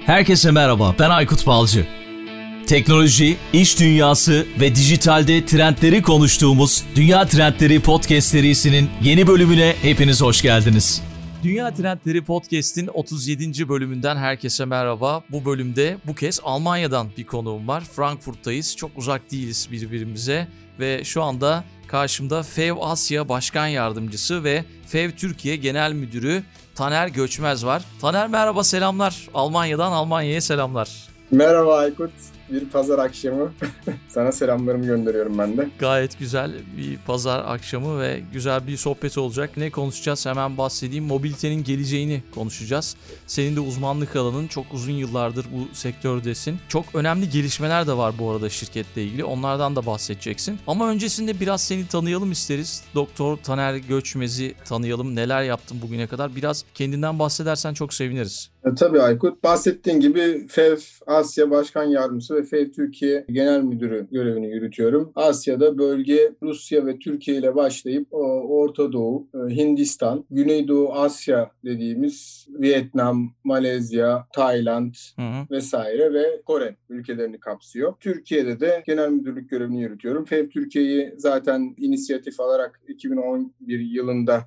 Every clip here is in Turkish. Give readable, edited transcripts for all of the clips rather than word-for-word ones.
Herkese merhaba, ben Aykut Balcı. Teknoloji, iş dünyası ve dijitalde trendleri konuştuğumuz Dünya Trendleri Podcast serisinin yeni bölümüne hepiniz hoş geldiniz. Dünya Trendleri Podcast'in 37. bölümünden herkese merhaba. Bu bölümde bu kez Almanya'dan bir konuğum var. Frankfurt'tayız, çok uzak değiliz birbirimize ve şu anda karşımda FEV Asya Başkan Yardımcısı ve FEV Türkiye Genel Müdürü Taner Göçmez var. Taner merhaba, selamlar. Almanya'dan Almanya'ya selamlar. Merhaba Aykut. Bir pazar akşamı. Sana selamlarımı gönderiyorum ben de. Gayet güzel bir pazar akşamı ve güzel bir sohbet olacak. Ne konuşacağız hemen bahsedeyim. Mobilitenin geleceğini konuşacağız. Senin de uzmanlık alanın, çok uzun yıllardır bu sektördesin. Çok önemli gelişmeler de var bu arada şirketle ilgili. Onlardan da bahsedeceksin. Ama öncesinde biraz seni tanıyalım isteriz. Doktor Taner Göçmez'i tanıyalım. Neler yaptın bugüne kadar? Biraz kendinden bahsedersen çok seviniriz. Tabii Aykut. Bahsettiğin gibi FEV Asya Başkan Yardımcısı ve FEV Türkiye Genel Müdürü görevini yürütüyorum. Asya'da bölge Rusya ve Türkiye ile başlayıp Orta Doğu, Hindistan, Güneydoğu Asya dediğimiz Vietnam, Malezya, Tayland vesaire ve Kore ülkelerini kapsıyor. Türkiye'de de genel müdürlük görevini yürütüyorum. FEV Türkiye'yi zaten inisiyatif alarak 2011 yılında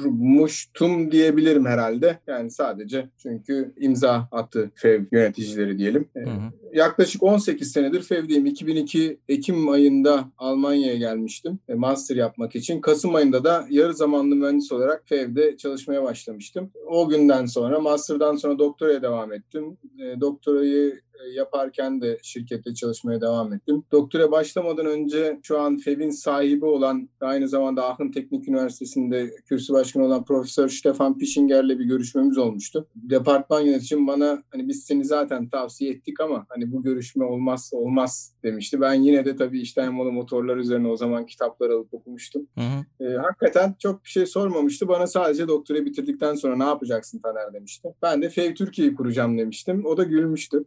kurmuştum diyebilirim herhalde. Yani sadece çünkü imza attı FEV yöneticileri diyelim. Yaklaşık 18 senedir FEV'deyim. 2002 Ekim ayında Almanya'ya gelmiştim master yapmak için. Kasım ayında da yarı zamanlı mühendis olarak FEV'de çalışmaya başlamıştım. O günden sonra master'dan sonra doktoraya devam ettim. Doktorayı yaparken de şirkette çalışmaya devam ettim. Doktora başlamadan önce şu an FEV'in sahibi olan ve aynı zamanda Aachen Teknik Üniversitesi'nde kürsü başkanı olan Profesör Stefan Pischinger'le bir görüşmemiz olmuştu. Departman yöneticim bana biz seni zaten tavsiye ettik ama bu görüşme olmazsa olmaz demişti. Ben yine de tabii içten yanmalı motorlar üzerine o zaman kitaplar alıp okumuştum. Hakikaten çok bir şey sormamıştı. Bana sadece doktorayı bitirdikten sonra ne yapacaksın Taner demişti. Ben de FEV Türkiye'yi kuracağım demiştim. O da gülmüştü.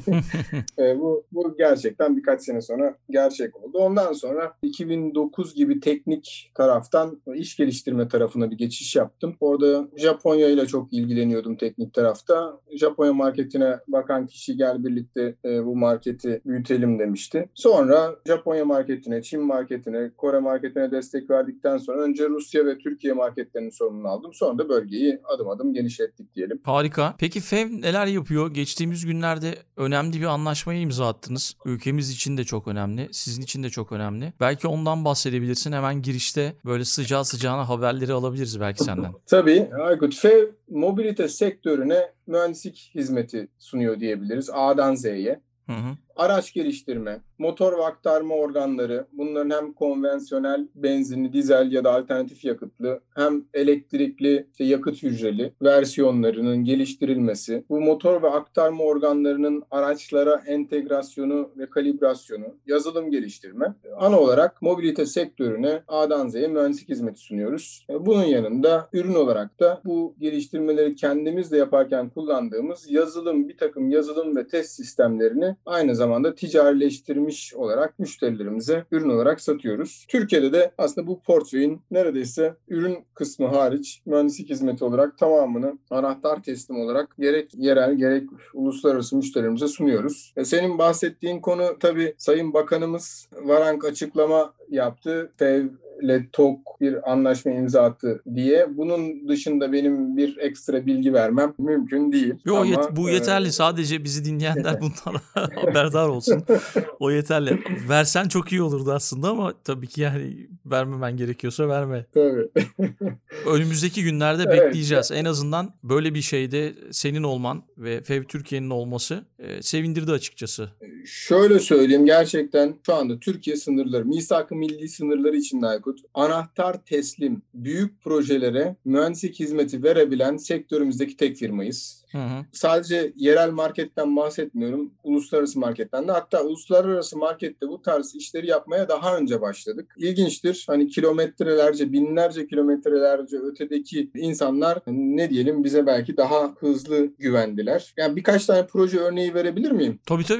Bu gerçekten birkaç sene sonra gerçek oldu. Ondan sonra 2009 gibi teknik taraftan iş geliştirme tarafına bir geçiş yaptım. Orada Japonya ile çok ilgileniyordum teknik tarafta. Japonya marketine bakan kişi gel birlikte bu marketi büyütelim demişti. Sonra Japonya marketine, Çin marketine, Kore marketine destek verdikten sonra önce Rusya ve Türkiye marketlerinin sorumluluğunu aldım. Sonra da bölgeyi adım adım genişlettik diyelim. Harika. Peki FEV neler yapıyor? Geçtiğimiz günlerde önemli bir anlaşmaya imza attınız. Ülkemiz için de çok önemli. Sizin için de çok önemli. Belki ondan bahsedebilirsin. Hemen girişte böyle sıcağı sıcağına haberleri alabiliriz belki senden. Tabii Aykut. FEV mobilite sektörüne mühendislik hizmeti sunuyor diyebiliriz. A'dan Z'ye. Araç geliştirme, motor ve aktarma organları, bunların hem konvansiyonel benzinli, dizel ya da alternatif yakıtlı hem elektrikli yakıt hücreli versiyonlarının geliştirilmesi, bu motor ve aktarma organlarının araçlara entegrasyonu ve kalibrasyonu, yazılım geliştirme. Ana olarak mobilite sektörüne A'dan Z'ye mühendislik hizmeti sunuyoruz. Bunun yanında ürün olarak da bu geliştirmeleri kendimiz de yaparken kullandığımız bir takım yazılım ve test sistemlerini aynı zamanda ticarileştirmiş olarak müşterilerimize ürün olarak satıyoruz. Türkiye'de de aslında bu portföyün neredeyse ürün kısmı hariç mühendislik hizmeti olarak tamamını anahtar teslim olarak gerek yerel gerek uluslararası müşterilerimize sunuyoruz. Senin bahsettiğin konu tabii Sayın Bakanımız Varank açıklama yaptı. ile TOG bir anlaşma imza attı diye. Bunun dışında benim bir ekstra bilgi vermem mümkün değil. Bu yeterli. Sadece bizi dinleyenler bundan haberdar olsun. O yeterli. Versen çok iyi olurdu aslında ama tabii ki yani vermemen gerekiyorsa verme. Tabii. Önümüzdeki günlerde bekleyeceğiz. En azından böyle bir şeyde senin olman ve FEV Türkiye'nin olması sevindirdi açıkçası. Şöyle söyleyeyim, gerçekten şu anda Türkiye sınırları, misak-ı milli sınırları içinde Aykut, anahtar teslim büyük projelere mühendislik hizmeti verebilen sektörümüzdeki tek firmayız. Sadece yerel marketten bahsetmiyorum, uluslararası marketten de, hatta uluslararası markette bu tarz işleri yapmaya daha önce başladık. İlginçtir, kilometrelerce, binlerce kilometrelerce ötedeki insanlar bize belki daha hızlı güvendiler. Yani birkaç tane proje örneği verebilir miyim? Tabii. Mesela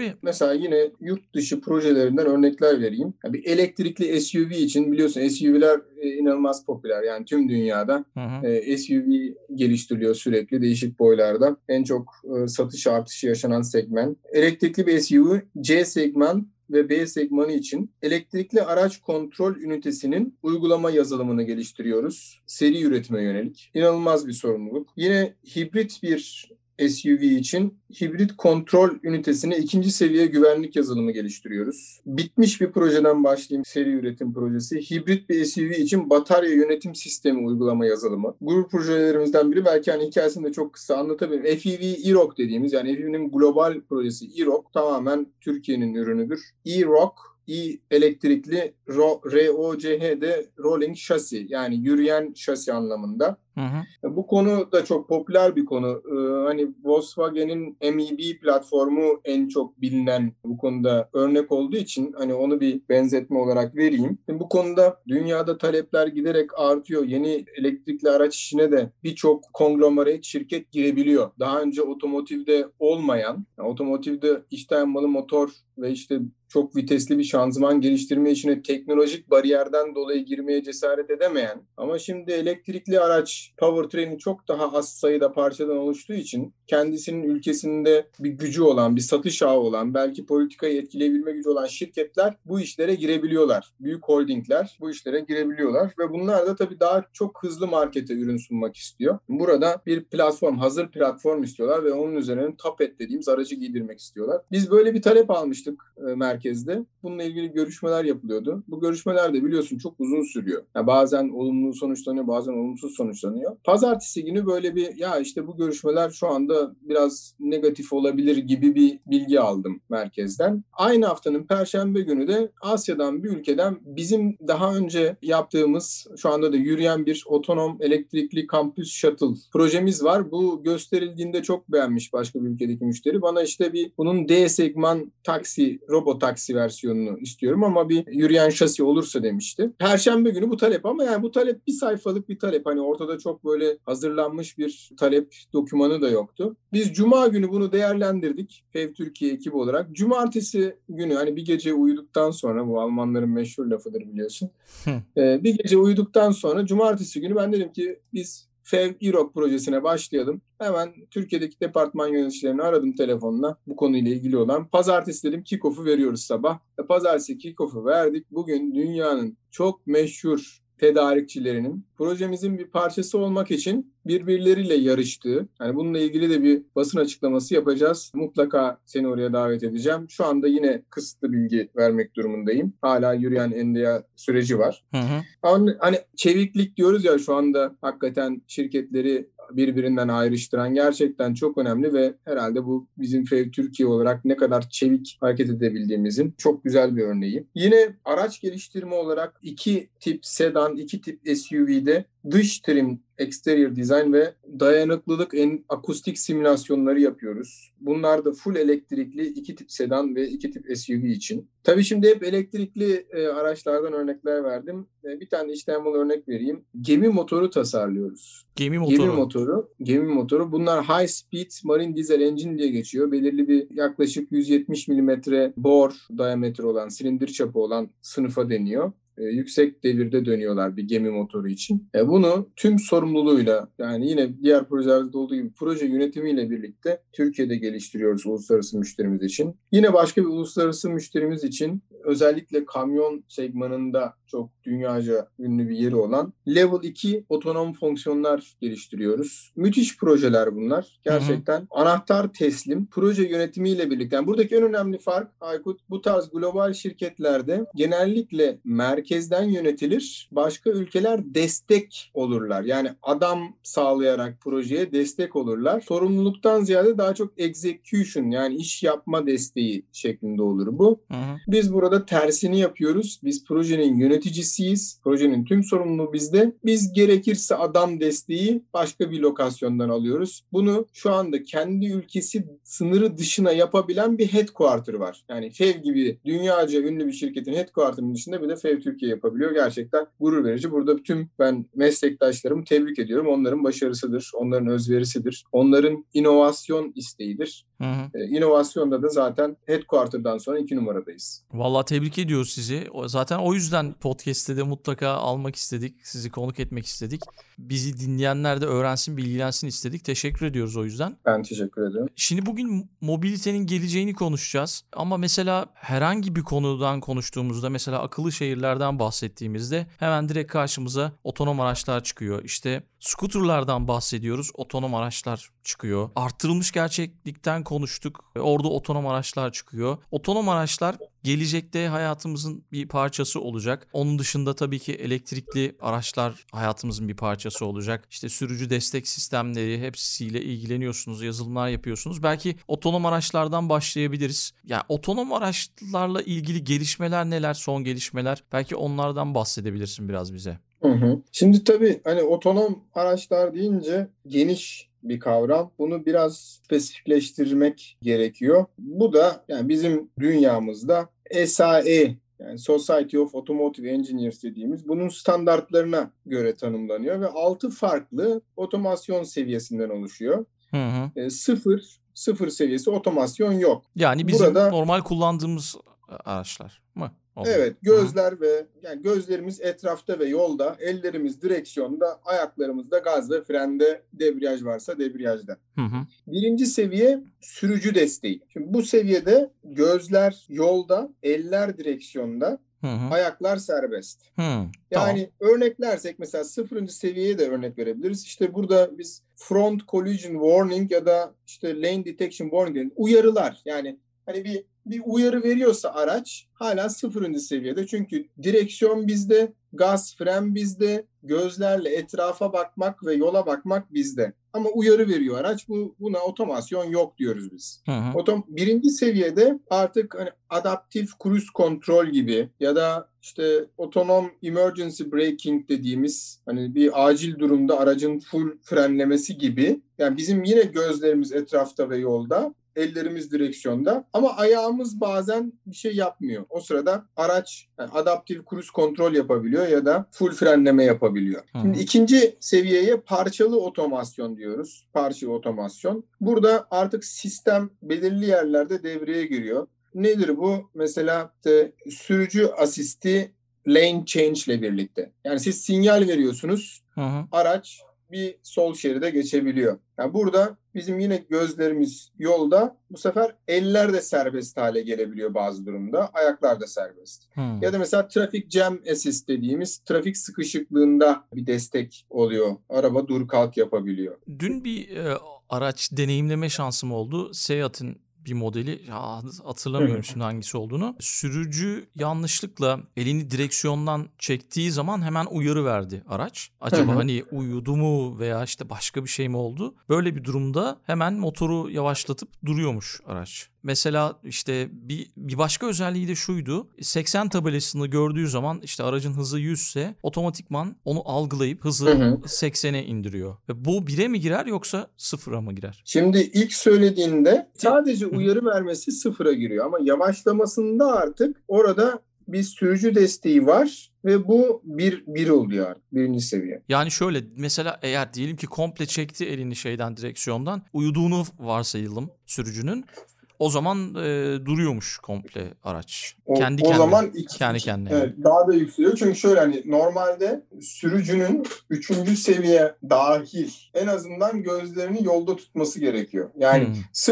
Mesela yine yurt dışı projelerinden örnekler vereyim. Yani bir elektrikli SUV için biliyorsun SUV'ler inanılmaz popüler. Yani tüm dünyada SUV geliştiriliyor sürekli değişik boylarda. En çok satış artışı yaşanan segment. Elektrikli bir SUV C segment ve B segmanı için elektrikli araç kontrol ünitesinin uygulama yazılımını geliştiriyoruz. Seri üretime yönelik. İnanılmaz bir sorumluluk. Yine hibrit bir SUV için hibrit kontrol ünitesine 2. seviye güvenlik yazılımı geliştiriyoruz. Bitmiş bir projeden başlayayım, seri üretim projesi. Hibrit bir SUV için batarya yönetim sistemi uygulama yazılımı. Gurur projelerimizden biri, belki hani hikayesini de çok kısa anlatabilirim. FEV E-Rock dediğimiz, yani FEV'nin global projesi E-Rock tamamen Türkiye'nin ürünüdür. E-Rock, elektrikli ROCH'de rolling şasi, yani yürüyen şasi anlamında. Bu konu da çok popüler bir konu. Hani Volkswagen'in MEB platformu en çok bilinen bu konuda örnek olduğu için hani onu bir benzetme olarak vereyim. Bu konuda dünyada talepler giderek artıyor. Yeni elektrikli araç işine de birçok konglomerat şirket girebiliyor. Daha önce otomotivde olmayan, otomotivde içten yanmalı motor ve işte çok vitesli bir şanzıman geliştirme işine teknolojik bariyerden dolayı girmeye cesaret edemeyen ama şimdi elektrikli araç powertrain'i çok daha az sayıda parçadan oluştuğu için kendisinin ülkesinde bir gücü olan, bir satış ağı olan, belki politikayı etkileyebilme gücü olan şirketler bu işlere girebiliyorlar. Büyük holdingler bu işlere girebiliyorlar ve bunlar da tabii daha çok hızlı markete ürün sunmak istiyor. Burada bir platform, hazır platform istiyorlar ve onun üzerine Tapet dediğimiz aracı giydirmek istiyorlar. Biz böyle bir talep almıştık merkezde. Bununla ilgili görüşmeler yapılıyordu. Bu görüşmeler de biliyorsun çok uzun sürüyor. Yani bazen olumlu sonuçlanıyor, bazen olumsuz sonuçlanıyor. Pazartesi günü böyle bir işte bu görüşmeler şu anda biraz negatif olabilir gibi bir bilgi aldım merkezden. Aynı haftanın Perşembe günü de Asya'dan bir ülkeden bizim daha önce yaptığımız, şu anda da yürüyen bir otonom elektrikli kampüs shuttle projemiz var. Bu gösterildiğinde çok beğenmiş başka bir ülkedeki müşteri. Bana işte bunun D segman taksi, robotaksi versiyonunu istiyorum ama bir yürüyen şasi olursa demişti. Perşembe günü bu talep, ama yani bu talep bir sayfalık bir talep. Hani ortada çok böyle hazırlanmış bir talep dokümanı da yoktu. Biz Cuma günü bunu değerlendirdik FEV Türkiye ekibi olarak. Cumartesi günü hani bir gece uyuduktan sonra, bu Almanların meşhur lafıdır biliyorsun. Bir gece uyuduktan sonra Cumartesi günü ben dedim ki biz FEV E-Rock projesine başlayalım. Hemen Türkiye'deki departman yöneticilerini aradım telefonla, bu konuyla ilgili olan. Pazartesi dedim kick-off'u veriyoruz sabah. Pazartesi kick-off'u verdik. Bugün dünyanın çok meşhur tedarikçilerinin projemizin bir parçası olmak için birbirleriyle yarıştığı, yani bununla ilgili de bir basın açıklaması yapacağız. Mutlaka seni oraya davet edeceğim. Şu anda yine kısıtlı bilgi vermek durumundayım. Hala yürüyen NDA süreci var. Hani çeviklik diyoruz ya, şu anda hakikaten şirketleri birbirinden ayrıştıran gerçekten çok önemli ve herhalde bu bizim FEV Türkiye olarak ne kadar çevik hareket edebildiğimizin çok güzel bir örneği. Yine araç geliştirme olarak 2 tip sedan, 2 tip SUV'de dış trim, exterior design ve dayanıklılık akustik simülasyonları yapıyoruz. Bunlar da full elektrikli 2 tip sedan ve 2 tip SUV için. Tabii şimdi hep elektrikli araçlardan örnekler verdim. Bir tane içten yanmalı örnek vereyim. Gemi motoru tasarlıyoruz. Gemi motoru. Bunlar high speed marine diesel engine diye geçiyor. Belirli bir yaklaşık 170 mm bore diametre olan, silindir çapı olan sınıfa deniyor. Yüksek devirde dönüyorlar bir gemi motoru için. Bunu tüm sorumluluğuyla, yani yine diğer projelerde olduğu gibi proje yönetimiyle birlikte Türkiye'de geliştiriyoruz uluslararası müşterimiz için. Yine başka bir uluslararası müşterimiz için özellikle kamyon segmanında çok dünyaca ünlü bir yeri olan Level 2 otonom fonksiyonlar geliştiriyoruz. Müthiş projeler bunlar. Gerçekten anahtar teslim proje yönetimiyle birlikte. Yani buradaki en önemli fark Aykut, bu tarz global şirketlerde genellikle merkezden yönetilir. Başka ülkeler destek olurlar. Yani adam sağlayarak projeye destek olurlar. Sorumluluktan ziyade daha çok execution, yani iş yapma desteği şeklinde olur bu. Biz burada tersini yapıyoruz. Biz projenin yönetimini yöneticisiyiz. Projenin tüm sorumluluğu bizde. Biz gerekirse adam desteği başka bir lokasyondan alıyoruz. Bunu şu anda kendi ülkesi sınırı dışına yapabilen bir headquarter var. Yani FEV gibi dünyaca ünlü bir şirketin headquarter'ının dışında bir de FEV Türkiye yapabiliyor. Gerçekten gurur verici. Burada tüm ben meslektaşlarımı tebrik ediyorum. Onların başarısıdır, onların özverisidir, onların inovasyon isteğidir. İnovasyonda da zaten headquarter'dan sonra 2 numaradayız. Vallahi tebrik ediyoruz sizi. Zaten o yüzden podcast'te de mutlaka almak istedik. Sizi konuk etmek istedik. Bizi dinleyenler de öğrensin, bilgilensin istedik. Teşekkür ediyoruz o yüzden. Ben teşekkür ederim. Şimdi bugün mobilitenin geleceğini konuşacağız. Ama mesela herhangi bir konudan konuştuğumuzda, mesela akıllı şehirlerden bahsettiğimizde hemen direkt karşımıza otonom araçlar çıkıyor. İşte scooterlardan bahsediyoruz, otonom araçlar çıkıyor. Arttırılmış gerçeklikten konuştuk, orada otonom araçlar çıkıyor. Otonom araçlar gelecekte hayatımızın bir parçası olacak. Onun dışında tabii ki elektrikli araçlar hayatımızın bir parçası olacak. İşte sürücü destek sistemleri, hepsiyle ilgileniyorsunuz, yazılımlar yapıyorsunuz. Belki otonom araçlardan başlayabiliriz. Yani otonom araçlarla ilgili gelişmeler neler, son gelişmeler? Belki onlardan bahsedebilirsin biraz bize. Şimdi tabii hani otonom araçlar deyince geniş bir kavram. Bunu biraz spesifikleştirmek gerekiyor. Bu da yani bizim dünyamızda SAE, yani Society of Automotive Engineers dediğimiz bunun standartlarına göre tanımlanıyor ve 6 farklı otomasyon seviyesinden oluşuyor. Sıfır seviyesi otomasyon yok. Yani bizim burada normal kullandığımız araçlar mı? Evet, gözler ve yani gözlerimiz etrafta ve yolda, ellerimiz direksiyonda, ayaklarımız da gaz ve frende, debriyaj varsa debriyajda. Birinci seviye sürücü desteği. Şimdi bu seviyede gözler yolda, eller direksiyonda, ayaklar serbest. Yani örneklersek mesela 0. seviyeye de örnek verebiliriz. İşte burada biz front collision warning ya da işte lane detection warning uyarılar, yani hani bir uyarı veriyorsa araç hala 0. seviyede. Çünkü direksiyon bizde, gaz, fren bizde, gözlerle etrafa bakmak ve yola bakmak bizde. Ama uyarı veriyor araç. Buna otomasyon yok diyoruz biz. Birinci seviyede artık hani adaptif cruise control gibi ya da işte otonom emergency braking dediğimiz hani bir acil durumda aracın full frenlemesi gibi. Yani bizim yine gözlerimiz etrafta ve yolda, ellerimiz direksiyonda ama ayağımız bazen bir şey yapmıyor. O sırada araç yani adaptif cruise kontrol yapabiliyor ya da full frenleme yapabiliyor. Şimdi ikinci seviyeye parçalı otomasyon diyoruz. Parçalı otomasyon. Burada artık sistem belirli yerlerde devreye giriyor. Nedir bu? Mesela işte sürücü asisti lane change ile birlikte. Yani siz sinyal veriyorsunuz. Araç bir sol şeride geçebiliyor. Yani burada bizim yine gözlerimiz yolda, bu sefer eller de serbest hale gelebiliyor bazı durumda. Ayaklar da serbest. Ya da mesela trafik jam assist dediğimiz trafik sıkışıklığında bir destek oluyor. Araba dur kalk yapabiliyor. Dün bir araç deneyimleme şansım oldu. Seat'in bir modeli, hatırlamıyorum şimdi hangisi olduğunu. Sürücü yanlışlıkla elini direksiyondan çektiği zaman hemen uyarı verdi araç. Acaba hani uyudu mu veya işte başka bir şey mi oldu? Böyle bir durumda hemen motoru yavaşlatıp duruyormuş araç. Mesela işte bir başka özelliği de şuydu. 80 tabelasını gördüğü zaman işte aracın hızı 100 ise otomatikman onu algılayıp hızı 80'e indiriyor. Ve bu 1'e mi girer yoksa 0'a mı girer? Şimdi ilk söylediğinde sadece uyarı vermesi 0'a giriyor ama yavaşlamasında artık orada bir sürücü desteği var ve bu bir oluyor artık, birinci seviye. Yani şöyle mesela eğer diyelim ki komple çekti elini direksiyondan, uyuduğunu varsayalım sürücünün. O zaman duruyormuş komple araç. Kendi kendine. Evet, daha da yükseliyor. Çünkü şöyle hani normalde sürücünün 3. seviye dahil en azından gözlerini yolda tutması gerekiyor. Yani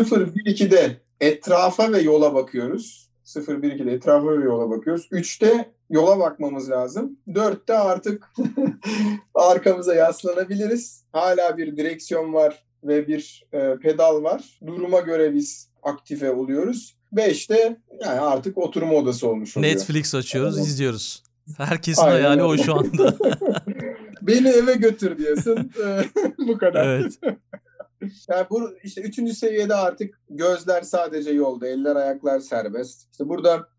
0-1-2'de etrafa ve yola bakıyoruz. 0-1-2'de etrafa ve yola bakıyoruz. 3'te yola bakmamız lazım. 4'te artık arkamıza yaslanabiliriz. Hala bir direksiyon var ve bir pedal var. Duruma göre biz aktive oluyoruz. 5'te yani artık oturma odası olmuş oluyor. Netflix açıyoruz, izliyoruz. Herkesin hayali o şu anda. Beni eve götür diyorsun. Bu kadar. Evet. Yani bu işte 3. seviyede artık gözler sadece yolda, eller ayaklar serbest. İşte burada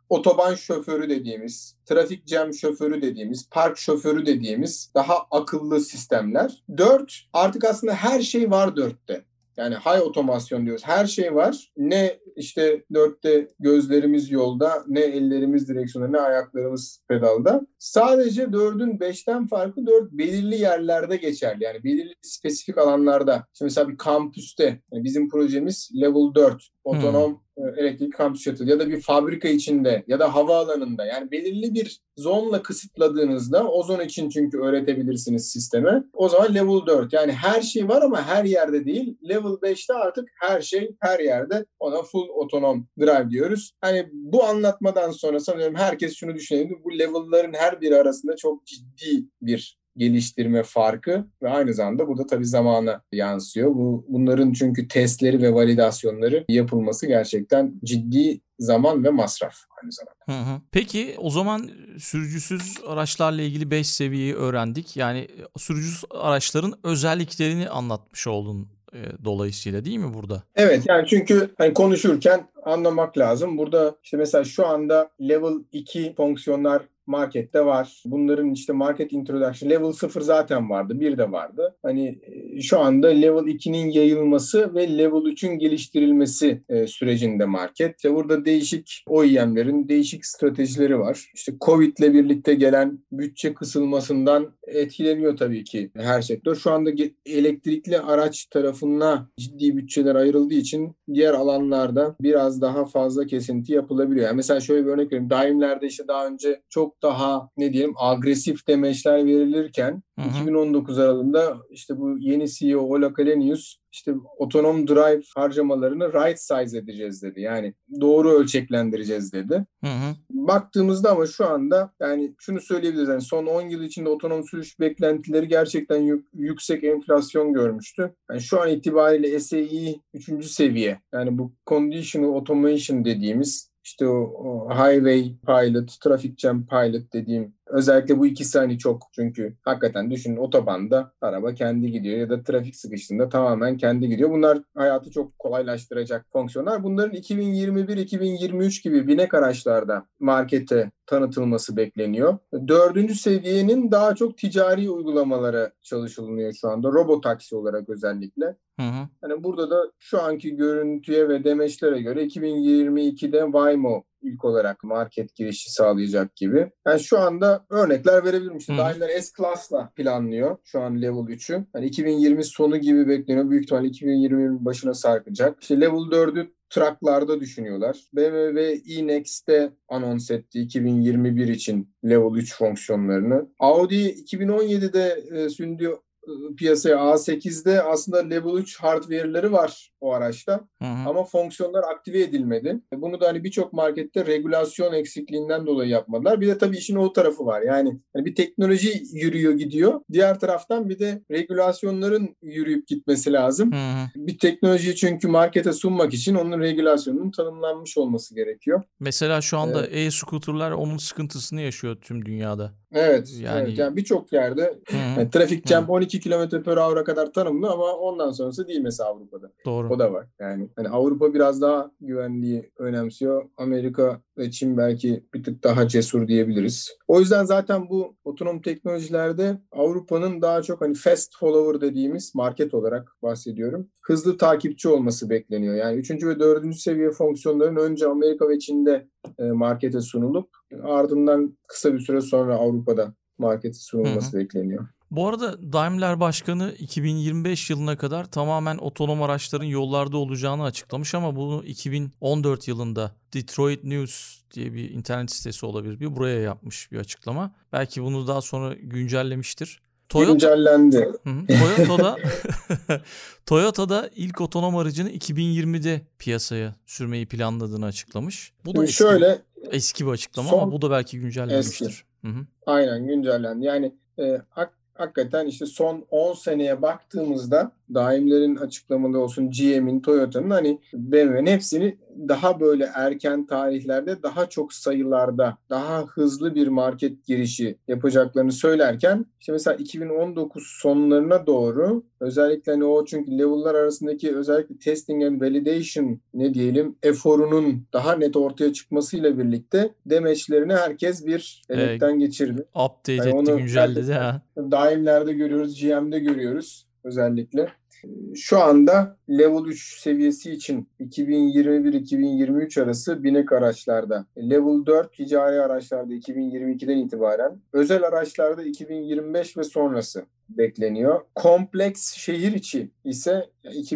otoban şoförü dediğimiz, trafik cam şoförü dediğimiz, park şoförü dediğimiz daha akıllı sistemler. 4, artık aslında her şey var 4'te. Yani high otomasyon diyoruz. Her şey var. Ne işte 4'te gözlerimiz yolda, ne ellerimiz direksiyonda, ne ayaklarımız pedalda. Sadece 4'ün 5'ten farkı 4 belirli yerlerde geçerli. Yani belirli spesifik alanlarda. Şimdi mesela bir kampüste, yani bizim projemiz Level 4. Otonom elektrik kampüs shuttle ya da bir fabrika içinde ya da havaalanında, yani belirli bir zonla kısıtladığınızda, o zon için çünkü öğretebilirsiniz sisteme. O zaman level 4, yani her şey var ama her yerde değil. Level 5'te artık her şey her yerde. Ona full otonom drive diyoruz. Hani bu anlatmadan sonra sanıyorum herkes şunu düşünebilir. Bu level'ların her biri arasında çok ciddi bir geliştirme farkı ve aynı zamanda burada tabii zamana yansıyor. Bunların çünkü testleri ve validasyonları yapılması gerçekten ciddi zaman ve masraf aynı zamanda. Peki o zaman sürücüsüz araçlarla ilgili 5 seviyeyi öğrendik. Yani sürücüsüz araçların özelliklerini anlatmış oldun dolayısıyla, değil mi burada? Evet, yani çünkü hani konuşurken anlamak lazım. Burada işte mesela şu anda level 2 fonksiyonlar markette var. Bunların işte market introduction, level 0 zaten vardı, 1 de vardı. Hani şu anda level 2'nin yayılması ve level 3'ün geliştirilmesi sürecinde market. İşte burada değişik OEM'lerin değişik stratejileri var. İşte Covid'le birlikte gelen bütçe kısılmasından etkileniyor tabii ki her sektör. Şu anda elektrikli araç tarafına ciddi bütçeler ayrıldığı için diğer alanlarda biraz daha fazla kesinti yapılabiliyor. Yani mesela şöyle bir örnek vereyim. Daimler'de işte daha önce çok daha agresif demeçler verilirken 2019 aralığında işte bu yeni CEO Ola Källenius işte otonom drive harcamalarını right size edeceğiz dedi. Yani doğru ölçeklendireceğiz dedi. Baktığımızda ama şu anda yani şunu söyleyebiliriz. Yani son 10 yıl içinde otonom sürüş beklentileri gerçekten yüksek enflasyon görmüştü. Yani şu an itibariyle SAE 3. seviye. Yani bu conditional automation dediğimiz işte o highway pilot, traffic jam pilot dediğim, özellikle bu ikisi hani çok, çünkü hakikaten düşünün, otobanda araba kendi gidiyor ya da trafik sıkıştığında tamamen kendi gidiyor. Bunlar hayatı çok kolaylaştıracak fonksiyonlar. Bunların 2021-2023 gibi binek araçlarda markete tanıtılması bekleniyor. 4. seviyenin daha çok ticari uygulamalara çalışılıyor şu anda. Robotaksi olarak özellikle. Yani burada da şu anki görüntüye ve demeçlere göre 2022'de Waymo ilk olarak market girişi sağlayacak gibi. Yani şu anda örnekler verebilirim. İşte Daimler S-Class'la planlıyor şu an Level 3'ü. Yani 2020 sonu gibi bekleniyor. Büyük ihtimalle 2020'nin başına sarkacak. İşte Level 4'ü trucklarda düşünüyorlar. BMW e-Next'te anons etti 2021 için Level 3 fonksiyonlarını. Audi 2017'de sündüğü piyasaya A8'de aslında Level 3 hardware'ları var o araçta. Ama fonksiyonlar aktive edilmedi. Bunu da hani birçok markette regülasyon eksikliğinden dolayı yapmadılar. Bir de tabii işin o tarafı var. Yani hani bir teknoloji yürüyor gidiyor. Diğer taraftan bir de regülasyonların yürüyüp gitmesi lazım. Bir teknolojiyi çünkü markete sunmak için onun regülasyonunun tanımlanmış olması gerekiyor. Mesela şu anda e-scooter'lar onun sıkıntısını yaşıyor tüm dünyada. Evet. Yani birçok yerde yani trafik jam 12 km/h'a kadar tanımlı ama ondan sonrası değil mesela Avrupa'da. Doğru. O da var. Yani hani Avrupa biraz daha güvenliği önemsiyor. Amerika ve Çin belki bir tık daha cesur diyebiliriz. O yüzden zaten bu otonom teknolojilerde Avrupa'nın daha çok hani fast follower dediğimiz, market olarak bahsediyorum, hızlı takipçi olması bekleniyor. Yani 3. ve 4. seviye fonksiyonların önce Amerika ve Çin'de markete sunulup ardından kısa bir süre sonra Avrupa'da markete sunulması bekleniyor. Bu arada Daimler Başkanı 2025 yılına kadar tamamen otonom araçların yollarda olacağını açıklamış ama bunu 2014 yılında Detroit News diye bir internet sitesi olabilir, buraya yapmış bir açıklama. Belki bunu daha sonra güncellemiştir. Güncellendi. Toyota'da ilk otonom aracını 2020'de piyasaya sürmeyi planladığını açıklamış. Bu da eski bir açıklama ama bu da belki güncellenmiştir. Aynen, güncellendi. Yani hakikaten işte son 10 seneye baktığımızda Daimler'in açıklamaları olsun, GM'in, Toyota'nın, hani BMW'nin hepsini daha böyle erken tarihlerde daha çok sayılarda daha hızlı bir market girişi yapacaklarını söylerken işte mesela 2019 sonlarına doğru özellikle hani o çünkü level'lar arasındaki özellikle testing and validation ne diyelim eforunun daha net ortaya çıkmasıyla birlikte demeçlerini herkes bir elekten geçirdi. Update Yani etti, onu güncelledi ha. daimlerde görüyoruz, GM'de görüyoruz özellikle. Şu anda Level 3 seviyesi için 2021-2023 arası binek araçlarda, Level 4 ticari araçlarda 2022'den itibaren, özel araçlarda 2025 ve sonrası bekleniyor. Kompleks şehir içi ise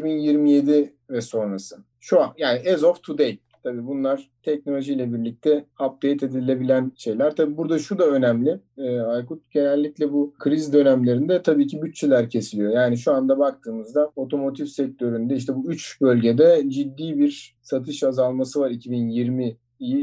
2027 ve sonrası. Şu an yani as of today. Tabii bunlar teknolojiyle birlikte update edilebilen şeyler. Tabii burada şu da önemli. Aykut, genellikle bu kriz dönemlerinde tabii ki bütçeler kesiliyor. Yani şu anda baktığımızda otomotiv sektöründe işte bu 3 bölgede ciddi bir satış azalması var 2020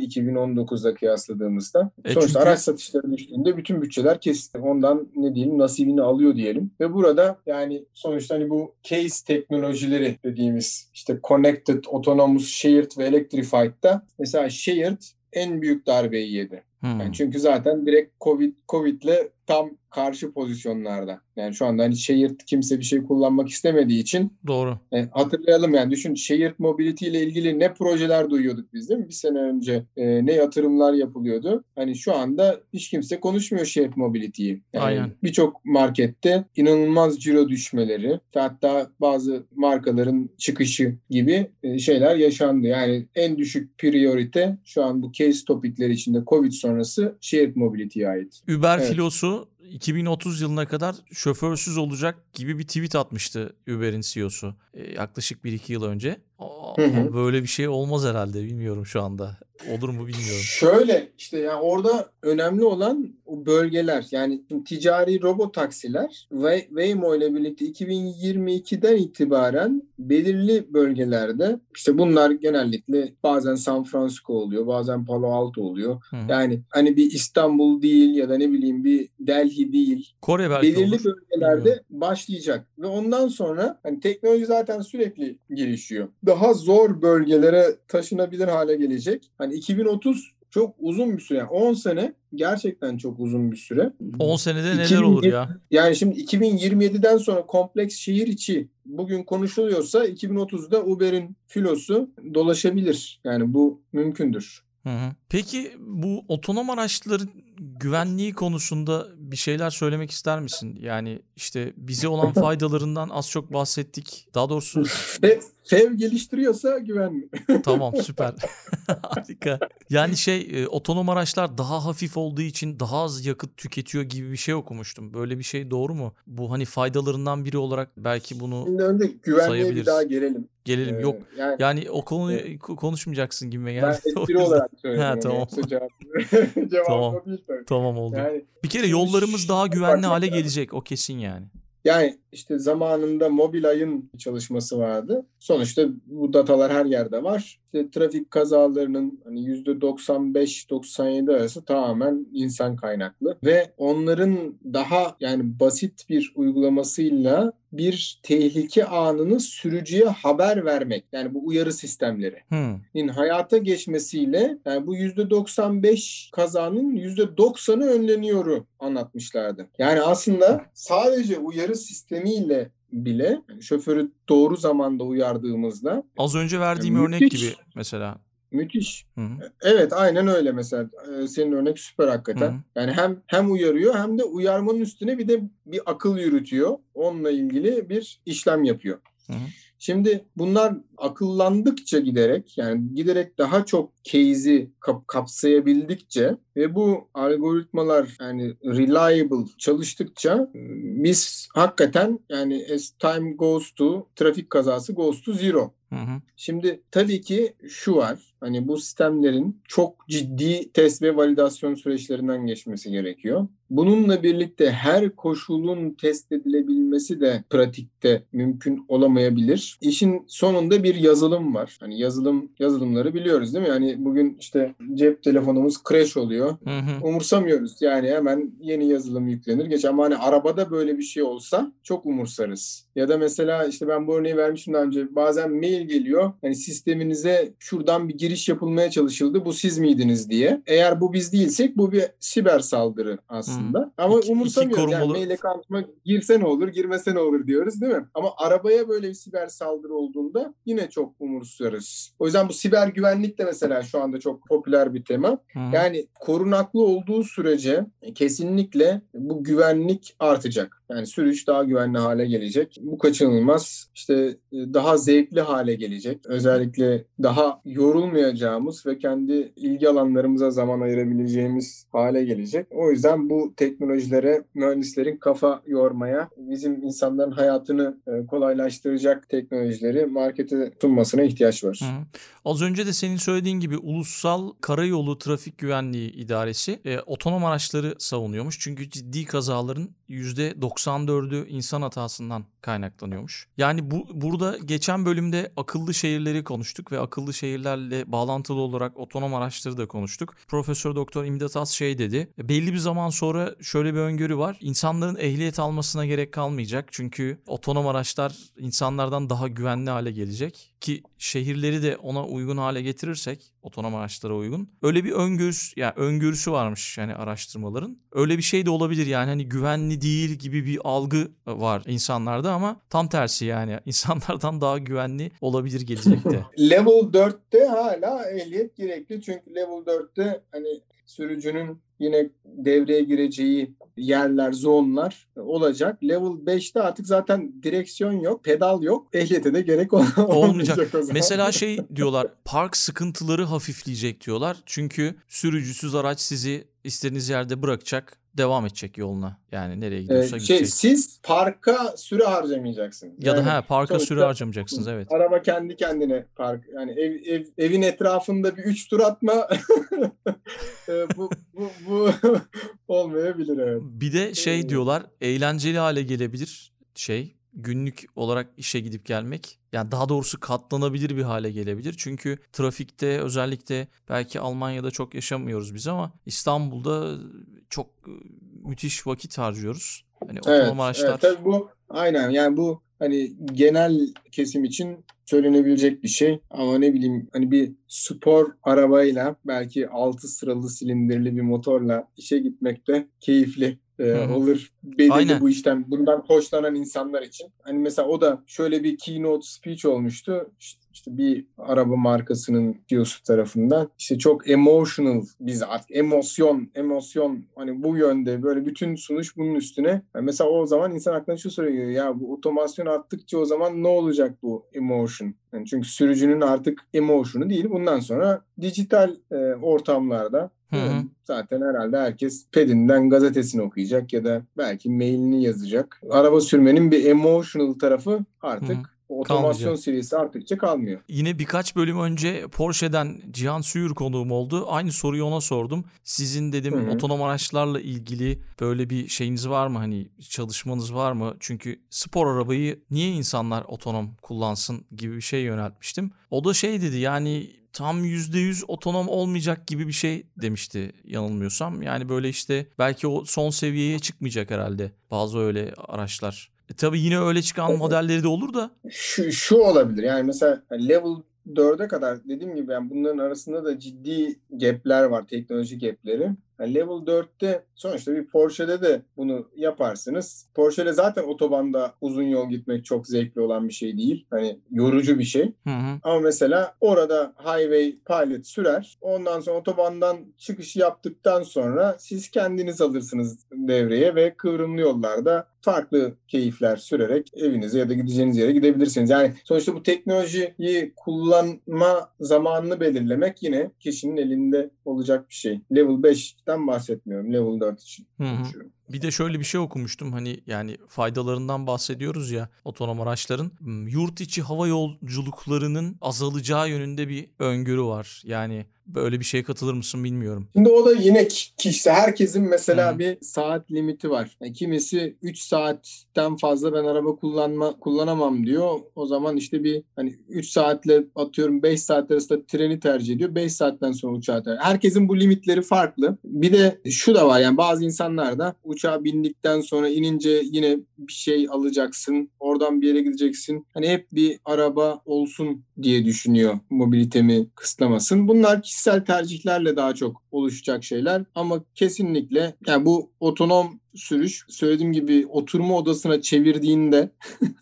2019'da kıyasladığımızda. Sonuçta çünkü araç satışları düştüğünde bütün bütçeler kesildi. Ondan ne diyelim nasibini alıyor diyelim. Ve burada yani sonuçta hani bu case teknolojileri dediğimiz işte connected, autonomous, shared ve electrified'da mesela shared en büyük darbeyi yedi. Yani çünkü zaten direkt Covid'le tam karşı pozisyonlarda. Yani şu anda hani shared kimse bir şey kullanmak istemediği için doğru. Hatırlayalım yani düşün shared mobility ile ilgili ne projeler duyuyorduk biz değil mi? Bir sene önce ne yatırımlar yapılıyordu. Hani şu anda hiç kimse konuşmuyor shared mobility'yi. Yani aynen. Birçok markette inanılmaz ciro düşmeleri, hatta bazı markaların çıkışı gibi şeyler yaşandı. Yani en düşük priorite şu an bu case topikleri içinde Covid sonrası shared mobility'ye ait. Uber filosu 2030 yılına kadar şoförsüz olacak gibi bir tweet atmıştı Uber'in CEO'su yaklaşık 1-2 yıl önce. Ama böyle bir şey olmaz herhalde, bilmiyorum şu anda. Olur mu bilmiyorum. Şöyle işte yani orada önemli olan o bölgeler, yani ticari robotaksiler ve Waymo ile birlikte 2022'den itibaren belirli bölgelerde, işte bunlar genellikle bazen San Francisco oluyor, bazen Palo Alto oluyor. Yani hani bir İstanbul değil ya da ne bileyim bir Delhi değil. Kore belki belirli olur. bölgelerde Bilmiyorum. başlayacak ve ondan sonra hani teknoloji zaten sürekli gelişiyor. Daha zor bölgelere taşınabilir hale gelecek. Hani 2030 çok uzun bir süre. Yani 10 sene gerçekten çok uzun bir süre. 10 senede neler olur ya? Yani şimdi 2027'den sonra kompleks şehir içi bugün konuşuluyorsa 2030'da Uber'in filosu dolaşabilir. Yani bu mümkündür. Peki bu otonom araçların güvenliği konusunda bir şeyler söylemek ister misin? Yani işte bize olan faydalarından az çok bahsettik. Daha doğrusu FEV geliştiriyorsa güvenli. tamam, süper. Harika. Yani otonom araçlar daha hafif olduğu için daha az yakıt tüketiyor gibi bir şey okumuştum. Böyle bir şey doğru mu? Bu hani faydalarından biri olarak belki bunu Şimdi önce güvenliğe sayabiliriz. bir daha gelelim. Yok. Yani o konuyu konuşmayacaksın gibi geldi. Ben espri olarak söyledim. Ha, tamam. Cevap Tamam. o değil tabii. Tamam, oldu. Yani, bir kere yollarımız daha güvenli hale gelecek. O kesin yani. Yani işte zamanında Mobileye'ın çalışması vardı. Sonuçta bu datalar her yerde var. İşte trafik kazalarının hani %95-97 arası tamamen insan kaynaklı ve onların daha yani basit bir uygulamasıyla bir tehlike anını sürücüye haber vermek, yani bu uyarı sistemlerinin hayata geçmesiyle yani bu %95 kazanın %90'ı önleniyoru anlatmışlardı. Yani aslında sadece uyarı sistemiyle bile şoförü doğru zamanda uyardığımızda, az önce verdiğim yani örnek gibi mesela. Müthiş. Evet, aynen öyle mesela. Senin örnek süper hakikaten. Yani hem uyarıyor hem de uyarmanın üstüne bir de bir akıl yürütüyor. Onunla ilgili bir işlem yapıyor. Şimdi bunlar akıllandıkça giderek daha çok case'i kapsayabildikçe ve bu algoritmalar yani reliable çalıştıkça biz hakikaten yani as time goes to trafik kazası goes to zero. Şimdi tabii ki şu var. Hani bu sistemlerin çok ciddi test ve validasyon süreçlerinden geçmesi gerekiyor. Bununla birlikte her koşulun test edilebilmesi de pratikte mümkün olamayabilir. İşin sonunda bir yazılım var. Hani yazılımları biliyoruz değil mi? Yani bugün işte cep telefonumuz crash oluyor. Umursamıyoruz. Yani hemen yeni yazılım yüklenir. Ama hani arabada böyle bir şey olsa çok umursarız. Ya da mesela işte ben bu örneği vermiştim daha önce. Bazen mail mail geliyor. Hani sisteminize şuradan bir giriş yapılmaya çalışıldı. Bu siz miydiniz diye. Eğer bu biz değilsek bu bir siber saldırı aslında. Ama umursamıyoruz. Yani mail account'uma girse ne olur, girmese ne olur diyoruz değil mi? Ama arabaya böyle bir siber saldırı olduğunda yine çok umursarız. O yüzden bu siber güvenlik de mesela şu anda çok popüler bir tema. Yani korunaklı olduğu sürece kesinlikle bu güvenlik artacak. Yani sürüş daha güvenli hale gelecek. Bu kaçınılmaz. İşte daha zevkli hale gelecek. Özellikle daha yorulmayacağımız ve kendi ilgi alanlarımıza zaman ayırabileceğimiz hale gelecek. O yüzden bu teknolojilere mühendislerin kafa yormaya, bizim insanların hayatını kolaylaştıracak teknolojileri markete sunmasına ihtiyaç var. Az önce de senin söylediğin gibi Ulusal Karayolu Trafik Güvenliği İdaresi otonom araçları savunuyormuş. Çünkü ciddi kazaların %94'ü insan hatasından kaynaklanıyormuş. Yani burada geçen bölümde akıllı şehirleri konuştuk ve akıllı şehirlerle bağlantılı olarak otonom araçları da konuştuk. Profesör Doktor İmdat Az şey dedi. Belli bir zaman sonra şöyle bir öngörü var. İnsanların ehliyet almasına gerek kalmayacak. Çünkü otonom araçlar insanlardan daha güvenli hale gelecek. Ki şehirleri de ona uygun hale getirirsek, otonom araçlara uygun. Öyle bir öngörüsü varmış yani araştırmaların. Öyle bir şey de olabilir yani hani güvenli değil gibi bir algı var insanlarda ama tam tersi yani insanlardan daha güvenli olabilir gelecekte. Level 4'te hala ehliyet gerekli çünkü Level 4'te hani sürücünün yine devreye gireceği yerler, zonlar olacak. Level 5'te artık zaten direksiyon yok, pedal yok. Ehliyete de gerek olmayacak o zaman. Mesela diyorlar, park sıkıntıları hafifleyecek diyorlar. Çünkü sürücüsüz araç sizi istediğiniz yerde bırakacak, devam edecek yoluna. Yani nereye gidiyorsa gidecek. Siz parka süre harcamayacaksınız. Ya da parka süre harcamayacaksınız, evet. Araba kendi kendine park. Yani evin etrafında bir 3 tur atma bu olmayabilir, evet. Bir de diyorlar, eğlenceli hale gelebilir günlük olarak işe gidip gelmek. Yani daha doğrusu katlanabilir bir hale gelebilir. Çünkü trafikte özellikle belki Almanya'da çok yaşamıyoruz biz ama İstanbul'da çok müthiş vakit harcıyoruz. Hani otonom araçlar. Evet, tabii bu aynen yani bu hani genel kesim için söylenebilecek bir şey ama ne bileyim hani bir spor arabayla belki 6 sıralı silindirli bir motorla işe gitmek de keyifli olur. Belirli bu işten bundan hoşlanan insanlar için. Hani mesela o da şöyle bir keynote speech olmuştu. İşte bir araba markasının CEO'su tarafından işte çok emotional, biz artık emosyon hani bu yönde böyle bütün sunuş bunun üstüne. Yani mesela o zaman insan aklına şu soru geliyor, ya bu otomasyon arttıkça o zaman ne olacak bu emotion? Yani çünkü sürücünün artık emotion'u değil, bundan sonra dijital ortamlarda zaten herhalde herkes pedinden gazetesini okuyacak ya da belki mailini yazacak. Araba sürmenin bir emotional tarafı artık otomasyon serisi arttıkça kalmıyor. Yine birkaç bölüm önce Porsche'den Cihan Süyür konuğum oldu. Aynı soruyu ona sordum. Sizin dedim otonom araçlarla ilgili böyle bir şeyiniz var mı? Hani çalışmanız var mı? Çünkü spor arabayı niye insanlar otonom kullansın gibi bir şey yöneltmiştim. O da dedi yani tam %100 otonom olmayacak gibi bir şey demişti yanılmıyorsam. Yani böyle işte belki o son seviyeye çıkmayacak herhalde bazı öyle araçlar. Tabii yine öyle çıkan modelleri de olur da. Şu olabilir yani mesela level 4'e kadar dediğim gibi yani bunların arasında da ciddi gap'ler var, teknoloji gap'leri. Yani level 4'te sonuçta bir Porsche'de de bunu yaparsınız. Porsche'de zaten otobanda uzun yol gitmek çok zevkli olan bir şey değil. Hani yorucu bir şey. Ama mesela orada highway pilot sürer. Ondan sonra otobandan çıkış yaptıktan sonra siz kendiniz alırsınız devreye ve kıvrımlı yollarda farklı keyifler sürerek evinize ya da gideceğiniz yere gidebilirsiniz. Yani sonuçta bu teknolojiyi kullanma zamanını belirlemek yine kişinin elinde olacak bir şey. Level 5'ten bahsetmiyorum. Level 4 için konuşuyorum. Bir de şöyle bir şey okumuştum, hani yani faydalarından bahsediyoruz ya otonom araçların. Yurt içi hava yolculuklarının azalacağı yönünde bir öngörü var. Yani böyle bir şeye katılır mısın bilmiyorum. Şimdi o da yine kişisel. Herkesin mesela bir saat limiti var. Yani kimisi 3 saatten fazla ben araba kullanamam diyor. O zaman işte bir hani 3 saatle atıyorum 5 saat arasında treni tercih ediyor. 5 saatten sonra uçağı tercih ediyor. Herkesin bu limitleri farklı. Bir de şu da var yani bazı insanlar da uçağa bindikten sonra inince yine bir şey alacaksın. Oradan bir yere gideceksin. Hani hep bir araba olsun diye düşünüyor, mobilitemi kısıtlamasın. Bunlar kişisel tercihlerle daha çok oluşacak şeyler ama kesinlikle yani bu otonom sürüş söylediğim gibi oturma odasına çevirdiğinde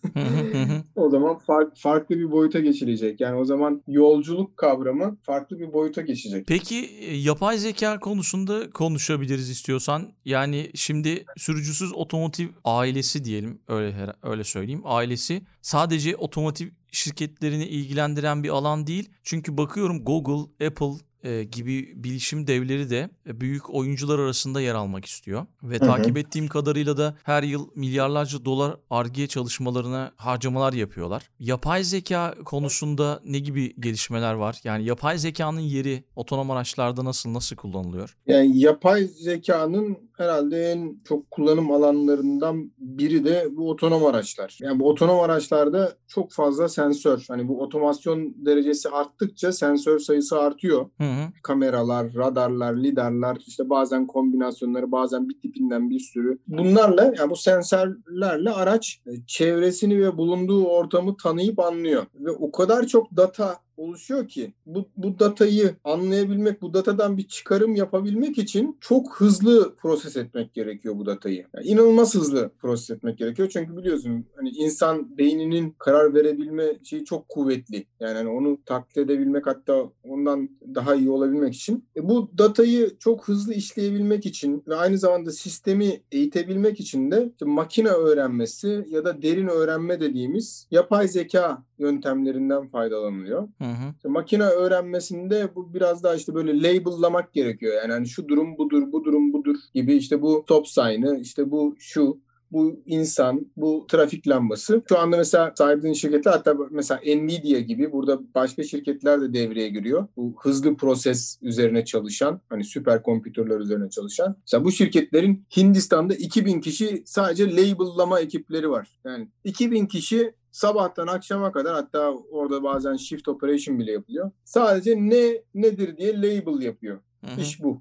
o zaman farklı bir boyuta geçilecek. Yani o zaman yolculuk kavramı farklı bir boyuta geçecek. Peki yapay zeka konusunda konuşabiliriz istiyorsan. Yani şimdi sürücüsüz otomotiv ailesi diyelim, öyle söyleyeyim. Ailesi sadece otomotiv şirketlerini ilgilendiren bir alan değil. Çünkü bakıyorum Google, Apple gibi bilişim devleri de büyük oyuncular arasında yer almak istiyor. Ve takip ettiğim kadarıyla da her yıl milyarlarca dolar Ar-Ge çalışmalarına harcamalar yapıyorlar. Yapay zeka konusunda ne gibi gelişmeler var? Yani yapay zekanın yeri otonom araçlarda nasıl kullanılıyor? Yani yapay zekanın herhalde en çok kullanım alanlarından biri de bu otonom araçlar. Yani bu otonom araçlarda çok fazla sensör. Hani bu otomasyon derecesi arttıkça sensör sayısı artıyor. Kameralar, radarlar, lidarlar, işte bazen kombinasyonları, bazen bir tipinden bir sürü. Bunlarla yani bu sensörlerle araç çevresini ve bulunduğu ortamı tanıyıp anlıyor. Ve o kadar çok data oluşuyor ki bu datayı anlayabilmek, bu datadan bir çıkarım yapabilmek için çok hızlı proses etmek gerekiyor bu datayı. Yani inanılmaz hızlı proses etmek gerekiyor. Çünkü biliyorsun hani insan beyninin karar verebilme şeyi çok kuvvetli. Yani hani onu taklit edebilmek, hatta ondan daha iyi olabilmek için. Bu datayı çok hızlı işleyebilmek için ve aynı zamanda sistemi eğitebilmek için de işte makine öğrenmesi ya da derin öğrenme dediğimiz yapay zeka yöntemlerinden faydalanılıyor. İşte makine öğrenmesinde bu biraz daha işte böyle label'lamak gerekiyor. Yani hani şu durum budur, bu durum budur gibi, işte bu stop sign'ı, işte bu şu, bu insan, bu trafik lambası. Şu anda mesela sahibi şirketler, hatta mesela Nvidia gibi, burada başka şirketler de devreye giriyor. Bu hızlı proses üzerine çalışan, hani süper kompütörler üzerine çalışan. Mesela bu şirketlerin Hindistan'da 2000 kişi sadece label'lama ekipleri var. Yani 2000 kişi sabahtan akşama kadar, hatta orada bazen shift operation bile yapılıyor. Sadece nedir diye label yapıyor. İş bu.